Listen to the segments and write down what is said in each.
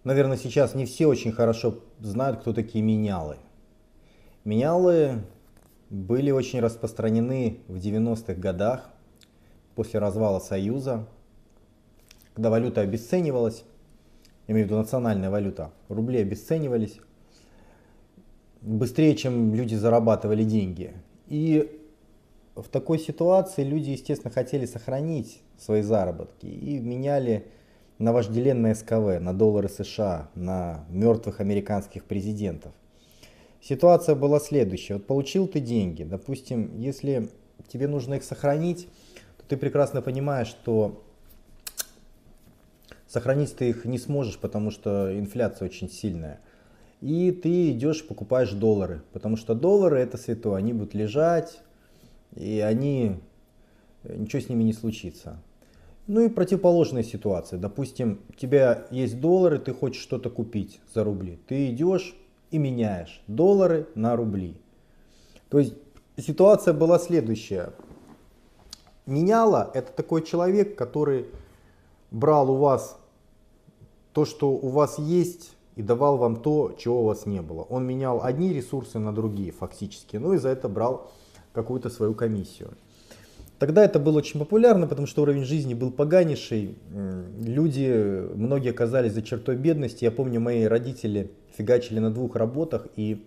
Наверное, сейчас не все очень хорошо знают, кто такие менялы. Менялы были очень распространены в 90-х годах после развала Союза, когда валюта обесценивалась, я имею в виду национальная валюта, рубли обесценивались быстрее, чем люди зарабатывали деньги. И в такой ситуации люди, естественно, хотели сохранить свои заработки и меняли на вожделенное СКВ, на доллары США, на мертвых американских президентов. Ситуация была следующая. Вот получил ты деньги, допустим, если тебе нужно их сохранить, то ты прекрасно понимаешь, что сохранить ты их не сможешь, потому что инфляция очень сильная. И ты идешь, покупаешь доллары, потому что доллары это святое, они будут лежать, и ничего с ними не случится. Ну и противоположная ситуация. Допустим, у тебя есть доллары, ты хочешь что-то купить за рубли. Ты идешь и меняешь доллары на рубли. То есть ситуация была следующая. Меняла это такой человек, который брал у вас то, что у вас есть, и давал вам то, чего у вас не было. Он менял одни ресурсы на другие фактически, ну и за это брал какую-то свою комиссию. Тогда это было очень популярно, потому что уровень жизни был поганейший. Люди, многие оказались за чертой бедности. Я помню, мои родители фигачили на 2 работах, и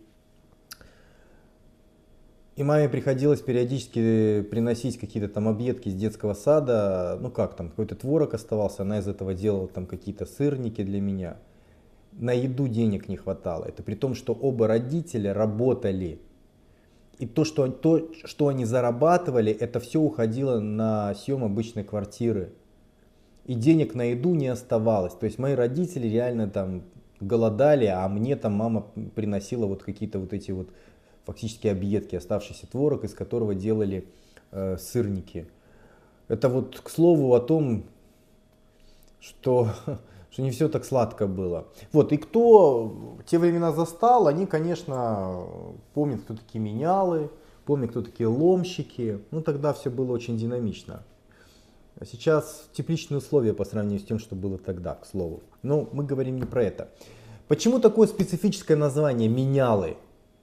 маме приходилось периодически приносить какие-то там объедки из детского сада. Ну как там, какой-то творог оставался, она из этого делала там какие-то сырники для меня. На еду денег не хватало. Это при том, что оба родителя работали. И то, что они зарабатывали, это все уходило на съем обычной квартиры. И денег на еду не оставалось. То есть мои родители реально там голодали, а мне там мама приносила вот какие-то вот эти вот фактически объедки, оставшийся творог, из которого делали сырники. Это вот к слову о том, что не все так сладко было. Вот, и кто те времена застал, они, конечно, помнят, кто такие менялы, помнят, кто такие ломщики. Ну, тогда все было очень динамично. А сейчас тепличные условия по сравнению с тем, что было тогда, к слову. Но мы говорим не про это. Почему такое специфическое название менялы?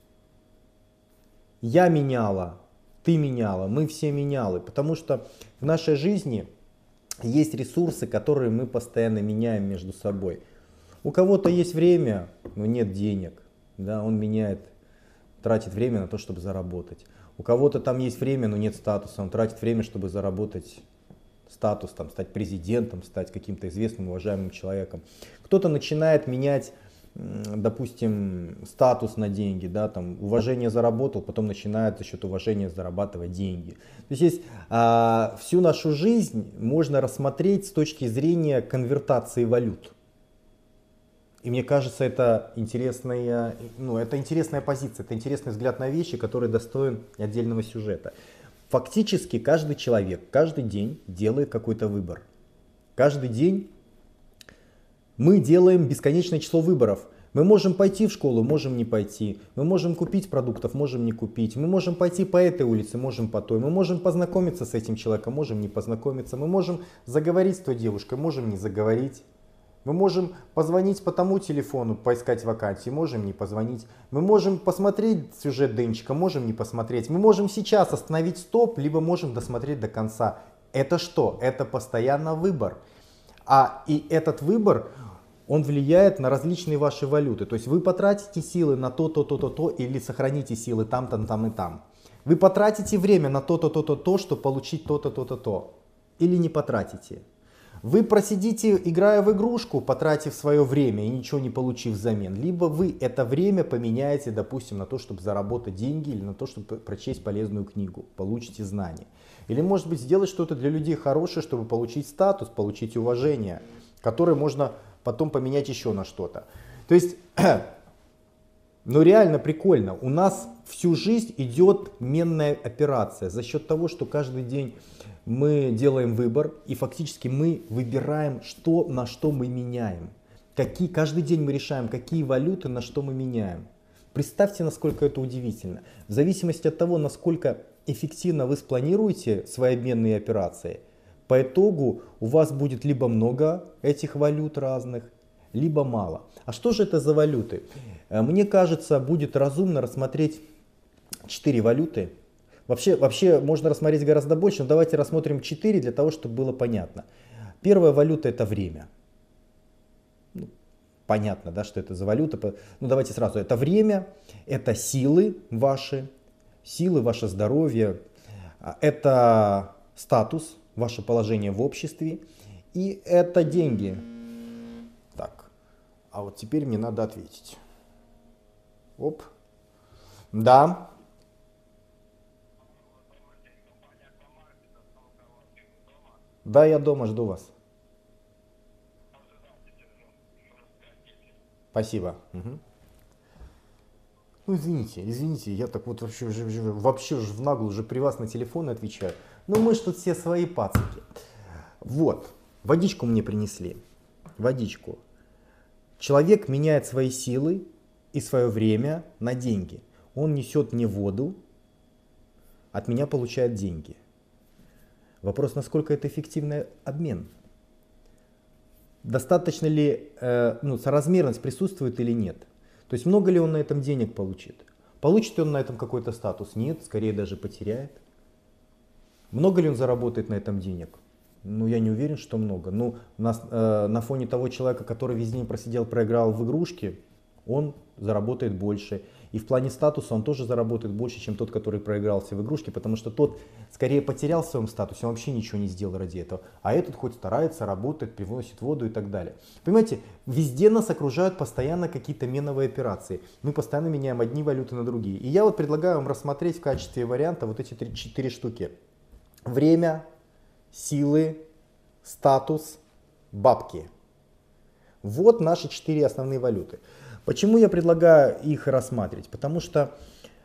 Я меняла, ты меняла, мы все менялы. Потому что в нашей жизни есть ресурсы, которые мы постоянно меняем между собой. У кого-то есть время, но нет денег. Да, он меняет, тратит время на то, чтобы заработать. У кого-то там есть время, но нет статуса. Он тратит время, чтобы заработать статус, там, стать президентом, стать каким-то известным, уважаемым человеком. Кто-то начинает менять, допустим, статус на деньги, да, там, уважение заработал, потом начинает за счет уважения зарабатывать деньги. То есть всю нашу жизнь можно рассмотреть с точки зрения конвертации валют. И мне кажется, это интересная позиция, это интересный взгляд на вещи, который достоин отдельного сюжета. Фактически каждый человек, каждый день делает какой-то выбор. Каждый день мы делаем бесконечное число выборов. Мы можем пойти в школу, можем не пойти. Мы можем купить продуктов, можем не купить. Мы можем пойти по этой улице, можем по той. Мы можем познакомиться с этим человеком, можем не познакомиться. Мы можем заговорить с той девушкой, можем не заговорить. Мы можем позвонить по тому телефону, поискать вакансии, можем не позвонить. Мы можем посмотреть сюжет Денчика, можем не посмотреть. Мы можем сейчас остановить стоп, либо можем досмотреть до конца. Это что? Это постоянно выбор. И этот выбор, он влияет на различные ваши валюты. То есть вы потратите силы на то, или сохраните силы там, там и там. Вы потратите время на то, чтобы получить то. Или не потратите. Вы просидите, играя в игрушку, потратив свое время и ничего не получив взамен. Либо вы это время поменяете, допустим, на то, чтобы заработать деньги или на то, чтобы прочесть полезную книгу, получите знания. Или, может быть, сделать что-то для людей хорошее, чтобы получить статус, получить уважение, которое можно потом поменять еще на что-то. То есть, реально прикольно. У нас всю жизнь идет менная операция за счет того, что каждый день мы делаем выбор, и фактически мы выбираем, на что мы меняем. Каждый день мы решаем, какие валюты на что мы меняем. Представьте, насколько это удивительно. В зависимости от того, насколько эффективно вы спланируете свои обменные операции, по итогу у вас будет либо много этих валют разных, либо мало. А что же это за валюты? Мне кажется, будет разумно рассмотреть 4 валюты. Вообще можно рассмотреть гораздо больше, но давайте рассмотрим 4 для того, чтобы было понятно. Первая валюта — это время. Понятно, да, что это за валюта. Ну давайте сразу. Это время, это силы, ваше здоровье, это статус, ваше положение в обществе, и это деньги. Так, а вот теперь мне надо ответить. Оп. Да. Да, я дома, жду вас. Спасибо. Мгм. Ну извините, я так вот вообще же в наглую уже при вас на телефон отвечаю. Ну мы ж тут все свои пацаки. Вот, водичку мне принесли. Водичку. Человек меняет свои силы и свое время на деньги. Он несет мне воду, от меня получает деньги. Вопрос, насколько это эффективный обмен. Достаточно ли соразмерность присутствует или нет. То есть много ли он на этом денег получит? Получит ли он на этом какой-то статус? Нет, скорее даже потеряет. Много ли он заработает на этом денег? Ну, я не уверен, что много. Ну, на фоне того человека, который весь день просидел, проиграл в игрушки, он заработает больше. И в плане статуса он тоже заработает больше, чем тот, который проигрался в игрушки, потому что тот скорее потерял в своем статусе, он вообще ничего не сделал ради этого. А этот хоть старается, работает, привносит воду и так далее. Понимаете, везде нас окружают постоянно какие-то меновые операции. Мы постоянно меняем одни валюты на другие. И я вот предлагаю вам рассмотреть в качестве варианта вот эти 4 штуки. Время, силы, статус, бабки. Вот наши 4 основные валюты. Почему я предлагаю их рассматривать? Потому что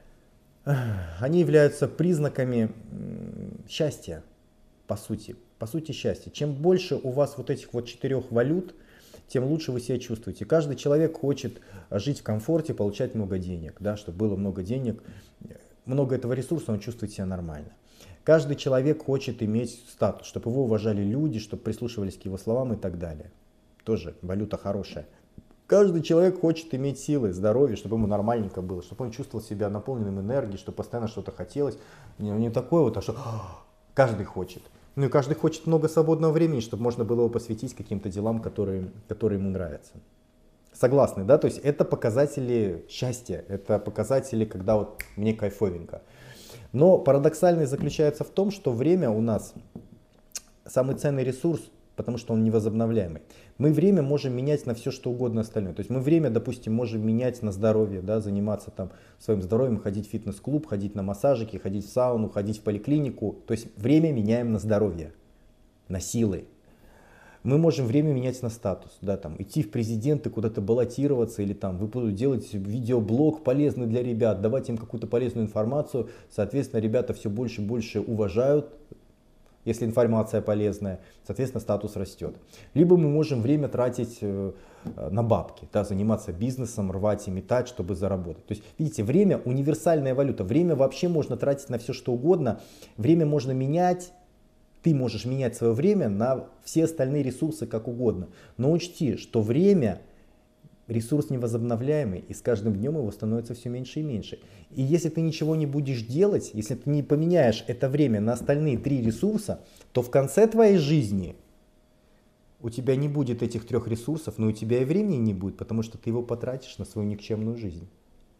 они являются признаками счастья, по сути счастья. Чем больше у вас вот этих вот 4 валют, тем лучше вы себя чувствуете. Каждый человек хочет жить в комфорте, получать много денег, да, чтобы было много денег, много этого ресурса, он чувствует себя нормально. Каждый человек хочет иметь статус, чтобы его уважали люди, чтобы прислушивались к его словам и так далее. Тоже валюта хорошая. Каждый человек хочет иметь силы, здоровье, чтобы ему нормальненько было, чтобы он чувствовал себя наполненным энергией, чтобы постоянно что-то хотелось. Не такое вот, а что каждый хочет. Ну и каждый хочет много свободного времени, чтобы можно было его посвятить каким-то делам, которые ему нравятся. Согласны, да? То есть это показатели счастья, это показатели, когда вот мне кайфовенько. Но парадоксальность заключается в том, что время у нас самый ценный ресурс, потому что он невозобновляемый. Мы время можем менять на все, что угодно остальное. То есть мы время, допустим, можем менять на здоровье, да, заниматься там своим здоровьем, ходить в фитнес-клуб, ходить на массажики, ходить в сауну, ходить в поликлинику. То есть время меняем на здоровье, на силы. Мы можем время менять на статус, да, там, идти в президенты, куда-то баллотироваться или там, вы будете делать видеоблог полезный для ребят, давать им какую-то полезную информацию. Соответственно, ребята все больше и больше уважают. Если информация полезная, соответственно, статус растет. Либо мы можем время тратить на бабки, да, заниматься бизнесом, рвать и метать, чтобы заработать. То есть, видите, время — универсальная валюта. Время вообще можно тратить на все, что угодно. Время можно менять. Ты можешь менять свое время на все остальные ресурсы как угодно. Но учти, что время — ресурс невозобновляемый, и с каждым днем его становится все меньше и меньше. И если ты ничего не будешь делать, если ты не поменяешь это время на остальные 3 ресурса, то в конце твоей жизни у тебя не будет этих 3 ресурсов, но у тебя и времени не будет, потому что ты его потратишь на свою никчемную жизнь.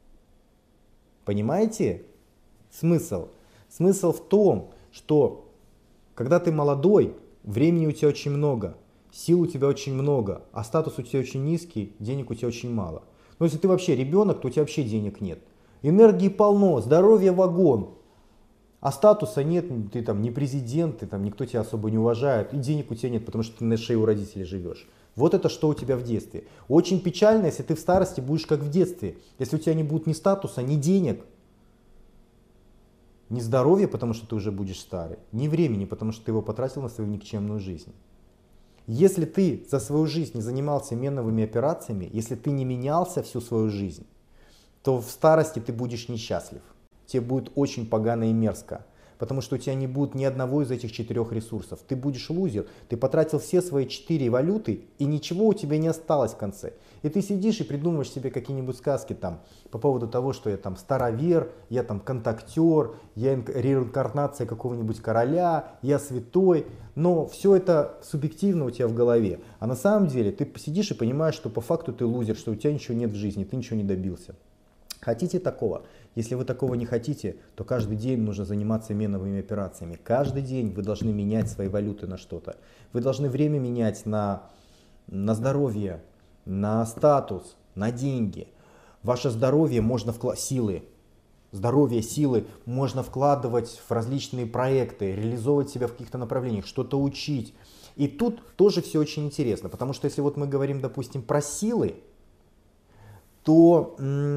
Понимаете смысл? Смысл в том, что когда ты молодой, времени у тебя очень много. Сил у тебя очень много, а статус у тебя очень низкий, денег у тебя очень мало. Но если ты вообще ребенок, то у тебя вообще денег нет. Энергии полно, здоровья вагон, а статуса нет, ты там не президент, ты там никто тебя особо не уважает, и денег у тебя нет, потому что ты на шее у родителей живешь. Вот это что у тебя в детстве. Очень печально, если ты в старости будешь как в детстве. Если у тебя не будет ни статуса, ни денег, ни здоровья, потому что ты уже будешь старый, ни времени, потому что ты его потратил на свою никчемную жизнь. Если ты за свою жизнь не занимался меновыми операциями, если ты не менялся всю свою жизнь, то в старости ты будешь несчастлив. Тебе будет очень погано и мерзко. потому что у тебя не будет ни одного из этих 4 ресурсов. Ты будешь лузер, ты потратил все свои 4 валюты, и ничего у тебя не осталось в конце. И ты сидишь и придумываешь себе какие-нибудь сказки там по поводу того, что я там старовер, я там контактер, я реинкарнация какого-нибудь короля, я святой. Но все это субъективно у тебя в голове. А на самом деле ты сидишь и понимаешь, что по факту ты лузер, что у тебя ничего нет в жизни, ты ничего не добился. Хотите такого? Если вы такого не хотите, то каждый день нужно заниматься меновыми операциями. Каждый день вы должны менять свои валюты на что-то. Вы должны время менять на здоровье, на статус, на деньги. Ваше здоровье можно силы. Здоровье, силы можно вкладывать в различные проекты, реализовывать себя в каких-то направлениях, что-то учить. И тут тоже все очень интересно, потому что если вот мы говорим, допустим, про силы, то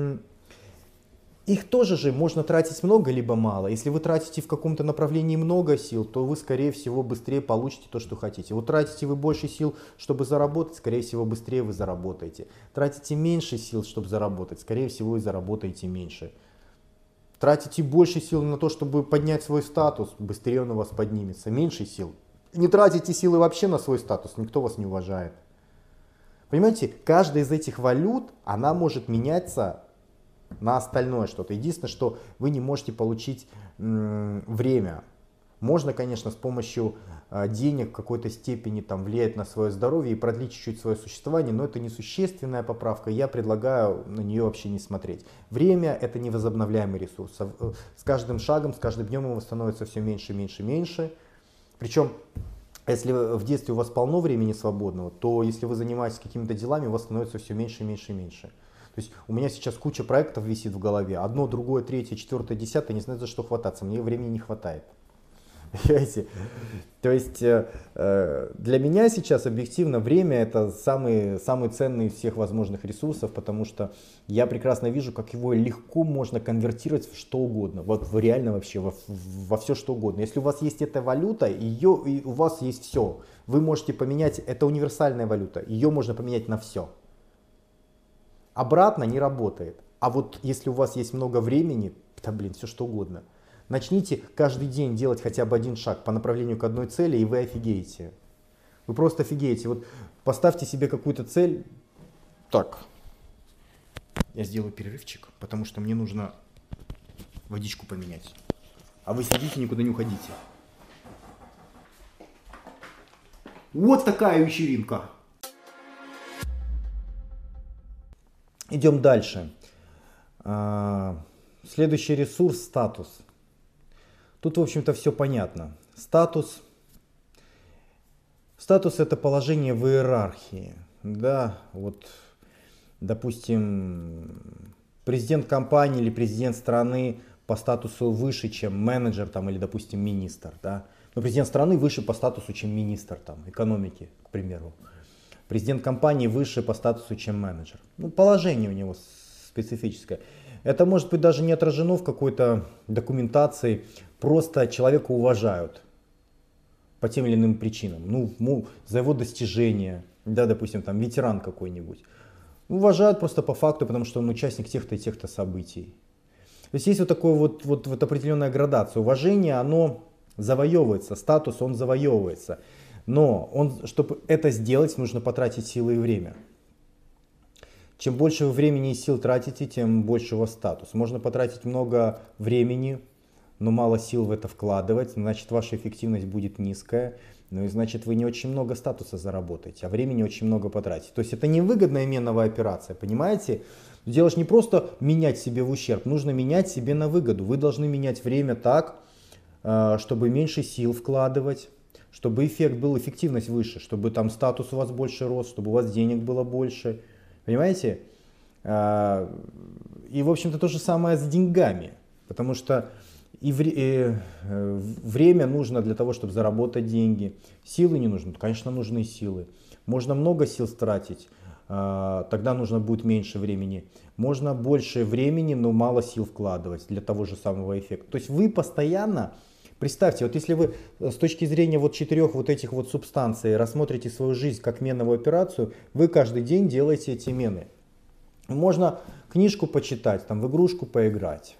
их тоже же можно тратить много либо мало. Если вы тратите в каком-то направлении много сил, то вы, скорее всего, быстрее получите то, что хотите. Вот тратите вы больше сил, чтобы заработать, скорее всего, быстрее вы заработаете. Тратите меньше сил, чтобы заработать, скорее всего, вы заработаете меньше. Тратите больше сил на то, чтобы поднять свой статус, быстрее он у вас поднимется. Меньше сил. Не тратите силы вообще на свой статус, никто вас не уважает. Понимаете, каждая из этих валют, она может меняться на остальное что-то. Единственное, что вы не можете получить время. Можно, конечно, с помощью денег в какой-то степени там, влиять на свое здоровье и продлить чуть-чуть свое существование, но это несущественная поправка, я предлагаю на нее вообще не смотреть. Время — это невозобновляемый ресурс. С каждым шагом, с каждым днем его становится все меньше, меньше, меньше. Причем, если в детстве у вас полно времени свободного, то если вы занимаетесь какими-то делами, у вас становится все меньше, меньше, меньше. То есть у меня сейчас куча проектов висит в голове, одно, другое, третье, четвертое, десятое, не знаю, за что хвататься, мне времени не хватает. Понимаете? То есть для меня сейчас объективно время — это самый ценный из всех возможных ресурсов, потому что я прекрасно вижу, как его легко можно конвертировать в что угодно, вот реально вообще во все что угодно. Если у вас есть эта валюта, и у вас есть все, вы можете поменять, это универсальная валюта, ее можно поменять на все. Обратно не работает. А вот если у вас есть много времени, да блин, все что угодно. Начните каждый день делать хотя бы один шаг по направлению к одной цели, и вы офигеете. Вы просто офигеете. Вот поставьте себе какую-то цель. Так, я сделаю перерывчик, потому что мне нужно водичку поменять. А вы сидите, никуда не уходите. Вот такая вечеринка. Идем дальше. Следующий ресурс — статус. Тут, в общем-то, все понятно. Статус — это положение в иерархии. Да, вот, допустим, президент компании или президент страны по статусу выше, чем менеджер там, или, допустим, министр. Да? Но президент страны выше по статусу, чем министр там, экономики, к примеру. Президент компании выше по статусу, чем менеджер. Ну, положение у него специфическое. Это может быть даже не отражено в какой-то документации, просто человека уважают по тем или иным причинам. Ну, за его достижения, да, допустим, там ветеран какой-нибудь. Уважают просто по факту, потому что он участник тех-то и тех-то событий. То есть есть вот такая вот определенная градация. Уважение, оно завоевывается, статус, он завоевывается. Но чтобы это сделать, нужно потратить силы и время. Чем больше вы времени и сил тратите, тем больше у вас статус. Можно потратить много времени, но мало сил в это вкладывать, значит ваша эффективность будет низкая, ну и значит вы не очень много статуса заработаете, а времени очень много потратите. То есть это невыгодная меновая операция, понимаете? Дело же не просто менять себе в ущерб, нужно менять себе на выгоду. Вы должны менять время так, чтобы меньше сил вкладывать, чтобы эффект был, эффективность выше, чтобы там статус у вас больше рос, чтобы у вас денег было больше. Понимаете? И, в общем-то, то же самое с деньгами. Потому что время нужно для того, чтобы заработать деньги. Силы не нужны. Конечно, нужны силы. Можно много сил тратить, тогда нужно будет меньше времени. Можно больше времени, но мало сил вкладывать для того же самого эффекта. То есть вы постоянно... Представьте, вот если вы с точки зрения вот 4 вот этих вот субстанций рассмотрите свою жизнь как меновую операцию, вы каждый день делаете эти мены. Можно книжку почитать, там, в игрушку поиграть.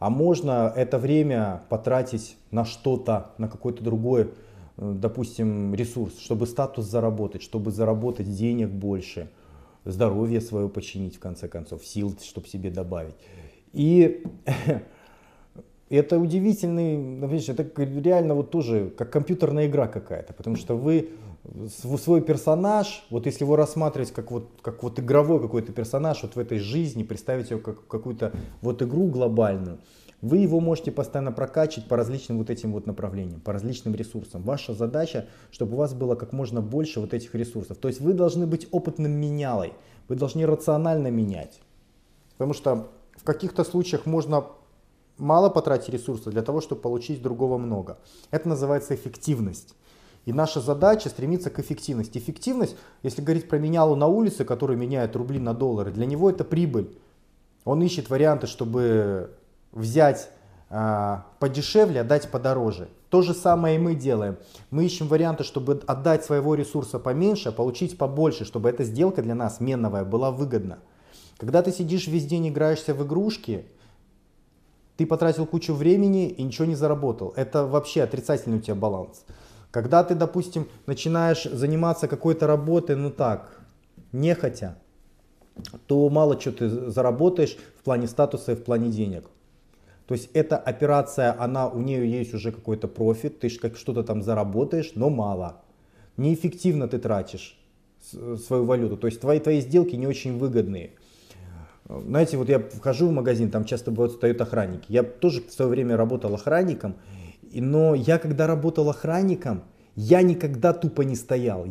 А можно это время потратить на что-то, на какой-то другой, допустим, ресурс, чтобы статус заработать, чтобы заработать денег больше, здоровье свое починить, в конце концов, сил, чтобы себе добавить. И это удивительный, видишь, это реально вот тоже как компьютерная игра какая-то, потому что вы свой персонаж, вот если его рассматривать как вот игровой какой-то персонаж вот в этой жизни, представить его как какую-то вот игру глобальную, вы его можете постоянно прокачивать по различным вот этим вот направлениям, по различным ресурсам. Ваша задача, чтобы у вас было как можно больше вот этих ресурсов. То есть вы должны быть опытным менялой, вы должны рационально менять. Потому что в каких-то случаях можно мало потратить ресурсов для того, чтобы получить другого много. Это называется эффективность. И наша задача стремиться к эффективности. Эффективность, если говорить про менялу на улице, который меняет рубли на доллары, для него это прибыль. Он ищет варианты, чтобы взять подешевле, отдать подороже. То же самое и мы делаем. Мы ищем варианты, чтобы отдать своего ресурса поменьше, а получить побольше, чтобы эта сделка для нас, меновая, была выгодна. Когда ты сидишь весь день, играешься в игрушки, ты потратил кучу времени и ничего не заработал. Это вообще отрицательный у тебя баланс. Когда ты, допустим, начинаешь заниматься какой-то работой, ну так, нехотя, то мало что ты заработаешь в плане статуса и в плане денег. То есть эта операция, у нее есть уже какой-то профит, ты что-то там заработаешь, но мало. Неэффективно ты тратишь свою валюту, то есть твои сделки не очень выгодные. Знаете, вот я вхожу в магазин, там часто бывают стоят охранники. Я тоже в свое время работал охранником, но я когда работал охранником, я никогда тупо не стоял.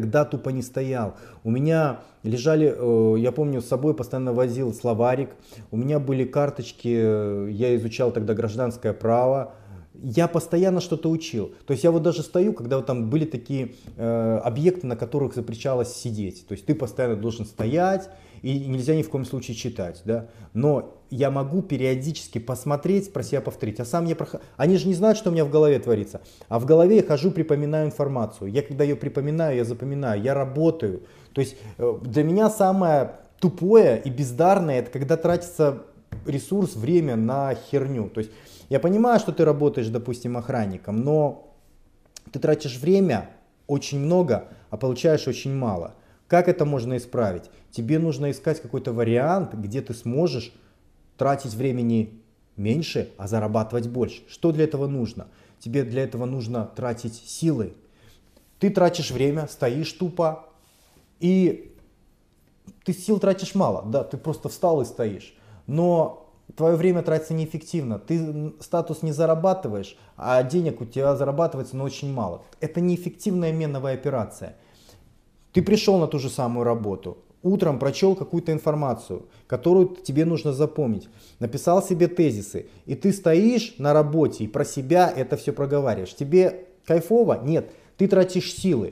У меня лежали, я помню, с собой постоянно возил словарик, у меня были карточки, я изучал тогда гражданское право. Я постоянно что-то учил. То есть я вот даже стою, когда вот там были такие объекты, на которых запрещалось сидеть. То есть ты постоянно должен стоять, и нельзя ни в коем случае читать. Да? Но я могу периодически посмотреть, про себя повторить. А сам я Они же не знают, что у меня в голове творится. А в голове я хожу, припоминаю информацию. Я когда ее припоминаю, я запоминаю, я работаю. То есть для меня самое тупое и бездарное, это когда тратится ресурс, время на херню. То есть я понимаю, что ты работаешь, допустим, охранником, но ты тратишь время очень много, а получаешь очень мало. Как это можно исправить? Тебе нужно искать какой-то вариант, где ты сможешь тратить времени меньше, а зарабатывать больше. Что для этого нужно? Тебе для этого нужно тратить силы. Ты тратишь время, стоишь тупо, и ты сил тратишь мало, да, ты просто встал и стоишь. Но твое время тратится неэффективно, ты статус не зарабатываешь, а денег у тебя зарабатывается, но очень мало. Это неэффективная меновая операция. Ты пришел на ту же самую работу, утром прочел какую-то информацию, которую тебе нужно запомнить, написал себе тезисы, и ты стоишь на работе и про себя это все проговариваешь. Тебе кайфово? Нет, ты тратишь силы.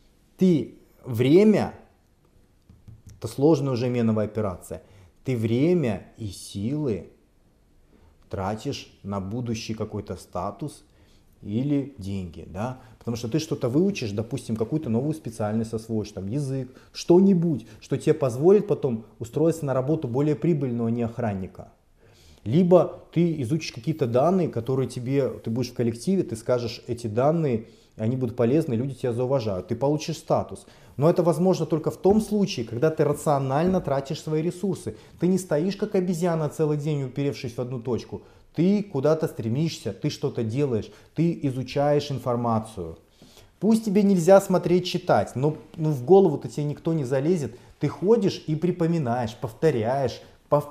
Время, это сложная уже меновая операция, ты время и силы тратишь на будущий какой-то статус или деньги, да? Потому что ты что-то выучишь, допустим, какую-то новую специальность освоишь, там язык, что-нибудь, что тебе позволит потом устроиться на работу более прибыльного, не охранника. Либо ты изучишь какие-то данные, которые ты будешь в коллективе, ты скажешь эти данные, они будут полезны, люди тебя зауважают, ты получишь статус. Но это возможно только в том случае, когда ты рационально тратишь свои ресурсы. Ты не стоишь как обезьяна целый день, уперевшись в одну точку. Ты куда-то стремишься, ты что-то делаешь, ты изучаешь информацию. Пусть тебе нельзя смотреть, читать, но в голову-то тебе никто не залезет. Ты ходишь и припоминаешь, повторяешь,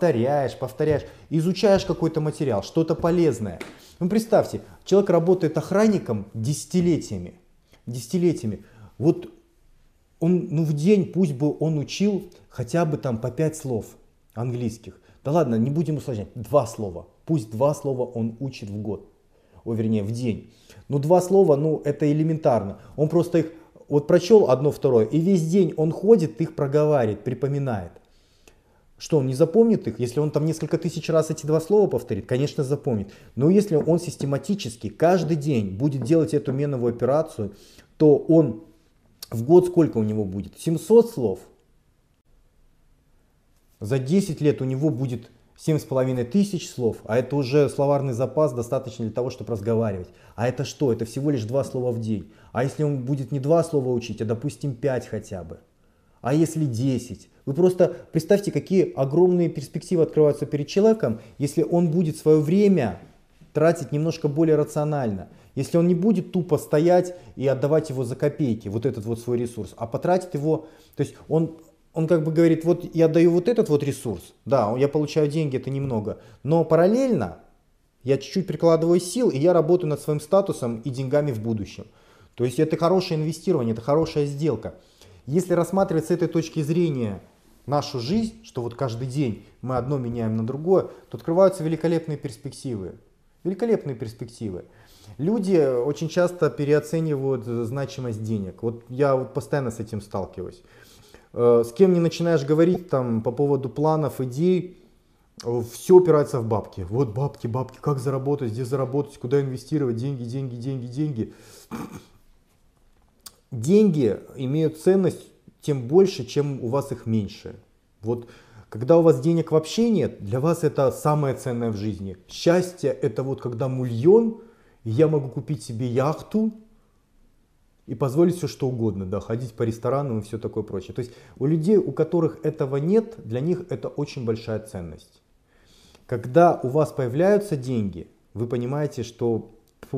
изучаешь какой-то материал, что-то полезное. Ну представьте, человек работает охранником десятилетиями. Вот он, в день пусть бы он учил хотя бы там по 5 слов английских. Да ладно, не будем усложнять, 2 слова. Пусть 2 слова он учит в год, в день. 2 слова, это элементарно. Он просто их прочел одно, второе, и весь день он ходит, их проговаривает, припоминает. Что, он не запомнит их? Если он там несколько тысяч раз эти 2 слова повторит, конечно запомнит. Но если он систематически каждый день будет делать эту меновую операцию, то он в год сколько у него будет? 700 слов. За 10 лет у него будет 7500 слов, а это уже словарный запас достаточно для того, чтобы разговаривать. А это что? Это всего лишь 2 слова в день. А если он будет не 2 слова учить, а допустим 5 хотя бы? А если 10? Вы просто представьте, какие огромные перспективы открываются перед человеком, если он будет свое время тратить немножко более рационально. Если он не будет тупо стоять и отдавать его за копейки, вот этот вот свой ресурс, а потратит его, то есть он как бы говорит, вот я даю вот этот вот ресурс, да, я получаю деньги, это немного, но параллельно я чуть-чуть прикладываю сил, и я работаю над своим статусом и деньгами в будущем. То есть это хорошее инвестирование, это хорошая сделка. Если рассматривать с этой точки зрения нашу жизнь, что вот каждый день мы одно меняем на другое, то открываются великолепные перспективы. Великолепные перспективы. Люди очень часто переоценивают значимость денег. Вот я вот постоянно с этим сталкиваюсь. С кем не начинаешь говорить там, по поводу планов, идей, все упирается в бабки. Вот бабки, бабки, как заработать, где заработать, куда инвестировать, деньги, деньги, деньги, деньги. Деньги имеют ценность тем больше, чем у вас их меньше. Вот когда у вас денег вообще нет, для вас это самое ценное в жизни. Счастье это вот когда мульон, и я могу купить себе яхту и позволить все что угодно, да, ходить по ресторанам и все такое прочее. То есть у людей, у которых этого нет, для них это очень большая ценность. Когда у вас появляются деньги, вы понимаете, что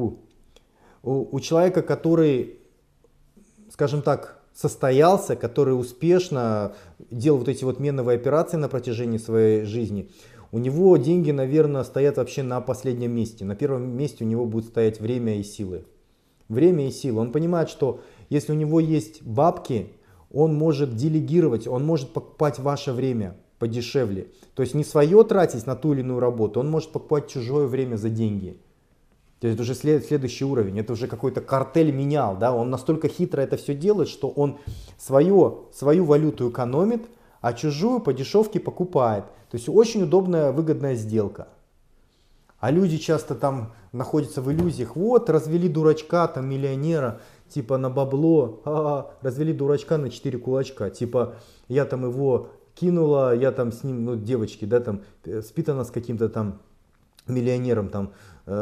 у человека, который, скажем так, состоялся, который успешно делал вот эти вот меновые операции на протяжении своей жизни, у него деньги, наверное, стоят вообще на последнем месте. На первом месте у него будет стоять время и силы. Время и силы. Он понимает, что если у него есть бабки, он может делегировать, он может покупать ваше время подешевле. То есть не свое тратить на ту или иную работу, он может покупать чужое время за деньги. То есть это уже следующий уровень, это уже какой-то картель менял, да? Он настолько хитро это все делает, что он свою валюту экономит, а чужую по дешевке покупает. То есть очень удобная, выгодная сделка. А люди часто там находятся в иллюзиях, вот развели дурачка, там миллионера, типа на бабло, развели дурачка на 4 кулачка, типа я там его кинула, я там с ним, ну девочки, да, там спит она с каким-то там миллионером, там,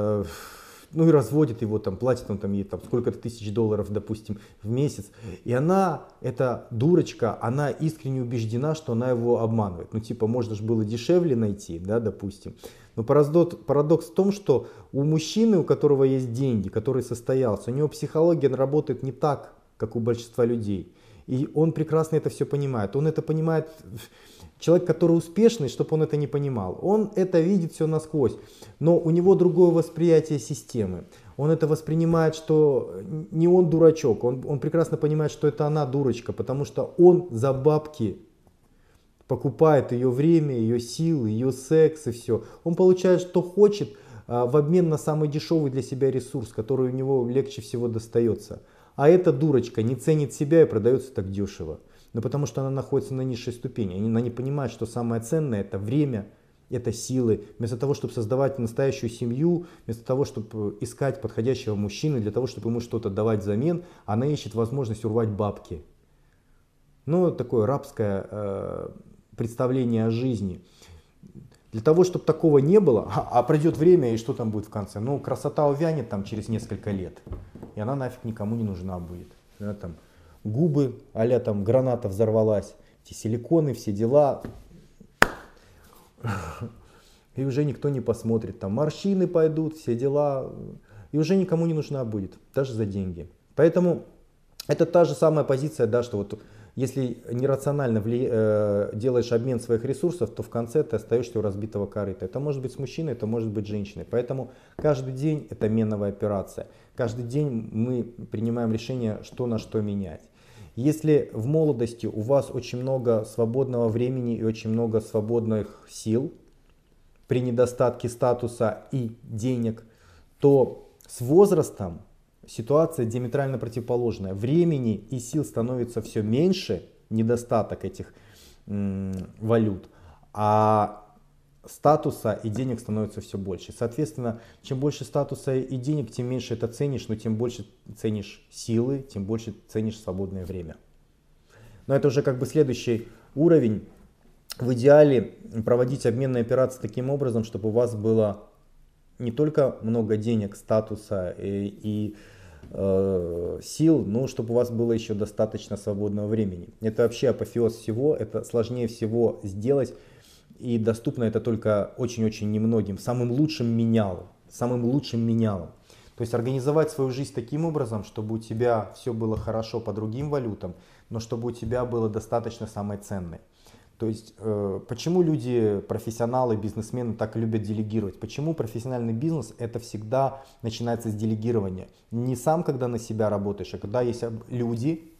ну и разводит его, там, платит он там ей там сколько-то тысяч долларов, допустим, в месяц. И она, эта дурочка, она искренне убеждена, что она его обманывает. Ну типа можно же было дешевле найти, да, допустим. Но парадокс в том, что у мужчины, у которого есть деньги, который состоялся, у него психология работает не так, как у большинства людей. И он прекрасно это все понимает. Он это понимает, человек, который успешный, чтобы он это не понимал. Он это видит все насквозь, но у него другое восприятие системы. Он это воспринимает, что не он дурачок, он прекрасно понимает, что это она дурочка, потому что он за бабки покупает ее время, ее силы, ее секс и все. Он получает, что хочет, в обмен на самый дешевый для себя ресурс, который у него легче всего достается. А эта дурочка не ценит себя и продается так дешево. Но потому что она находится на низшей ступени. Она не понимает, что самое ценное это время, это силы. Вместо того, чтобы создавать настоящую семью, вместо того, чтобы искать подходящего мужчину, для того, чтобы ему что-то давать взамен, она ищет возможность урвать бабки. Ну, такое рабское представление о жизни. Для того, чтобы такого не было, а пройдет время, и что там будет в конце? Ну, красота увянет там через несколько лет, и она нафиг никому не нужна будет. Да, там, губы а-ля там граната взорвалась, эти силиконы, все дела. И уже никто не посмотрит, там морщины пойдут, все дела. И уже никому не нужна будет, даже за деньги. Поэтому это та же самая позиция, да, что вот если нерационально делаешь обмен своих ресурсов, то в конце ты остаешься у разбитого корыта. Это может быть с мужчиной, это может быть с женщиной. Поэтому каждый день это меновая операция. Каждый день мы принимаем решение, что на что менять. Если в молодости у вас очень много свободного времени и очень много свободных сил, при недостатке статуса и денег, то с возрастом ситуация диаметрально противоположная. Времени и сил становится все меньше, недостаток этих валют, а статуса и денег становится все больше. Соответственно, чем больше статуса и денег, тем меньше это ценишь, но тем больше ценишь силы, тем больше ценишь свободное время. Но это уже как бы следующий уровень. в идеале проводить обменные операции таким образом, чтобы у вас было не только много денег, статуса и сил, но чтобы у вас было еще достаточно свободного времени. Это вообще апофеоз всего, это сложнее всего сделать, и доступно это только очень-очень немногим, самым лучшим менялом, самым лучшим менялом. То есть организовать свою жизнь таким образом, чтобы у тебя все было хорошо по другим валютам, но чтобы у тебя было достаточно самой ценной. То есть почему люди, профессионалы, бизнесмены так любят делегировать? Почему профессиональный бизнес это всегда начинается с делегирования? Не сам, когда на себя работаешь, а когда есть люди,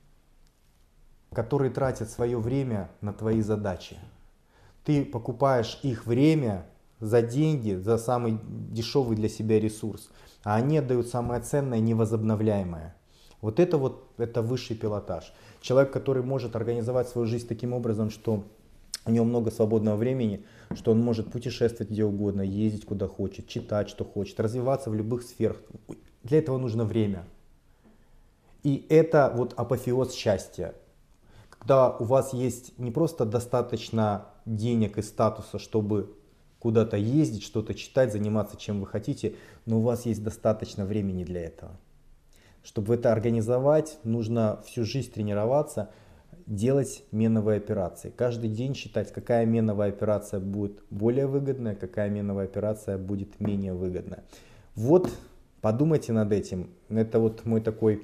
которые тратят свое время на твои задачи. Ты покупаешь их время за деньги, за самый дешевый для себя ресурс, а они отдают самое ценное, невозобновляемое. Вот это высший пилотаж. Человек, который может организовать свою жизнь таким образом, что у него много свободного времени, что он может путешествовать где угодно, ездить куда хочет, читать что хочет, развиваться в любых сферах. Для этого нужно время. И это вот апофеоз счастья. Когда у вас есть не просто достаточно денег и статуса, чтобы куда-то ездить, что-то читать, заниматься чем вы хотите, но у вас есть достаточно времени для этого. Чтобы это организовать, нужно всю жизнь тренироваться, делать меновые операции. Каждый день считать, какая меновая операция будет более выгодная, какая меновая операция будет менее выгодная. Вот, подумайте над этим. Это вот мой такой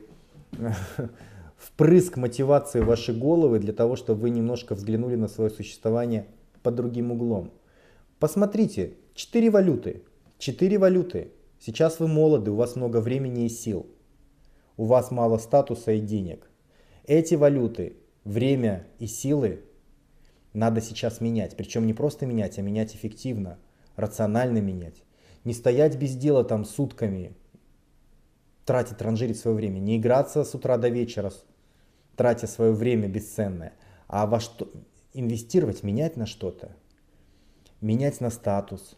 впрыск мотивации в ваши головы для того, чтобы вы немножко взглянули на свое существование под другим углом. Посмотрите, 4 валюты. 4 валюты. Сейчас вы молоды, у вас много времени и сил. У вас мало статуса и денег. Эти валюты, время и силы надо сейчас менять. Причем не просто менять, а менять эффективно, рационально менять. Не стоять без дела там сутками, тратить, транжирить свое время. Не играться с утра до вечера, тратя свое время бесценное. А во что инвестировать, менять на что-то. Менять на статус.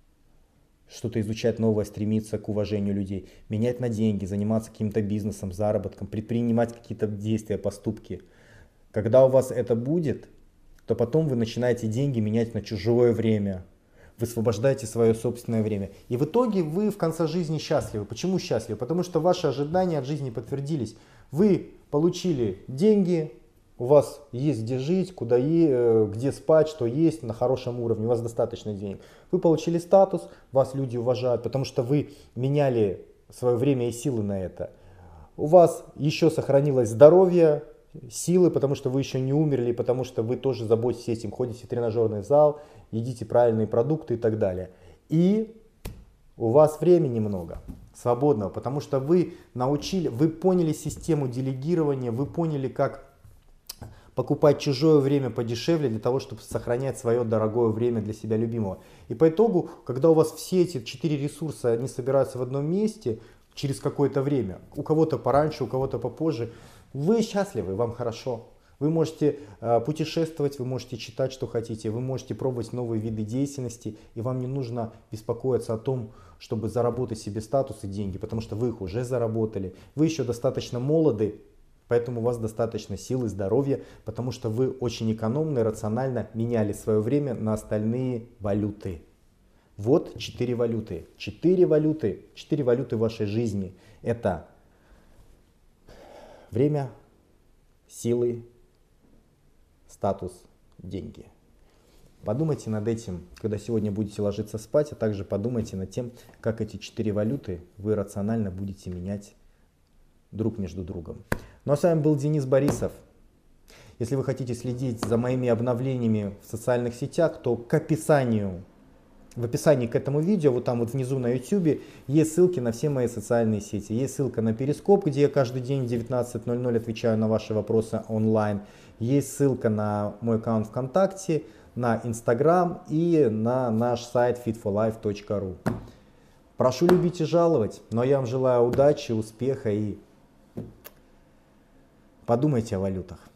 Что-то изучать новое, стремиться к уважению людей, менять на деньги, заниматься каким-то бизнесом, заработком, предпринимать какие-то действия, поступки. Когда у вас это будет, то потом вы начинаете деньги менять на чужое время, высвобождаете свое собственное время. И в итоге вы в конце жизни счастливы. Почему счастливы? Потому что ваши ожидания от жизни подтвердились. Вы получили деньги, у вас есть где жить, где спать, что есть на хорошем уровне, у вас достаточно денег. Вы получили статус, вас люди уважают, потому что вы меняли свое время и силы на это. У вас еще сохранилось здоровье, силы, потому что вы еще не умерли, потому что вы тоже заботитесь этим, ходите в тренажерный зал, едите правильные продукты и так далее. И у вас времени много свободного, потому что вы поняли систему делегирования, вы поняли, как покупать чужое время подешевле для того, чтобы сохранять свое дорогое время для себя любимого. И по итогу, когда у вас все эти 4 ресурса, они собираются в одном месте через какое-то время, у кого-то пораньше, у кого-то попозже, вы счастливы, вам хорошо. Вы можете путешествовать, вы можете читать, что хотите, вы можете пробовать новые виды деятельности, и вам не нужно беспокоиться о том, чтобы заработать себе статус и деньги, потому что вы их уже заработали. Вы еще достаточно молоды, поэтому у вас достаточно сил и здоровья, потому что вы очень экономно и рационально меняли свое время на остальные валюты. Вот 4 валюты. 4 валюты. 4 валюты вашей жизни. Это время, силы, статус, деньги. Подумайте над этим, когда сегодня будете ложиться спать, а также подумайте над тем, как эти 4 валюты вы рационально будете менять друг между другом. Ну а с вами был Денис Борисов. Если вы хотите следить за моими обновлениями в социальных сетях, то в описании к этому видео, вот там вот внизу на YouTube, есть ссылки на все мои социальные сети. Есть ссылка на Перископ, где я каждый день в 19:00 отвечаю на ваши вопросы онлайн. Есть ссылка на мой аккаунт ВКонтакте, на Инстаграм и на наш сайт fitforlife.ru. Прошу любить и жаловать, но я вам желаю удачи, успеха и подумайте о валютах.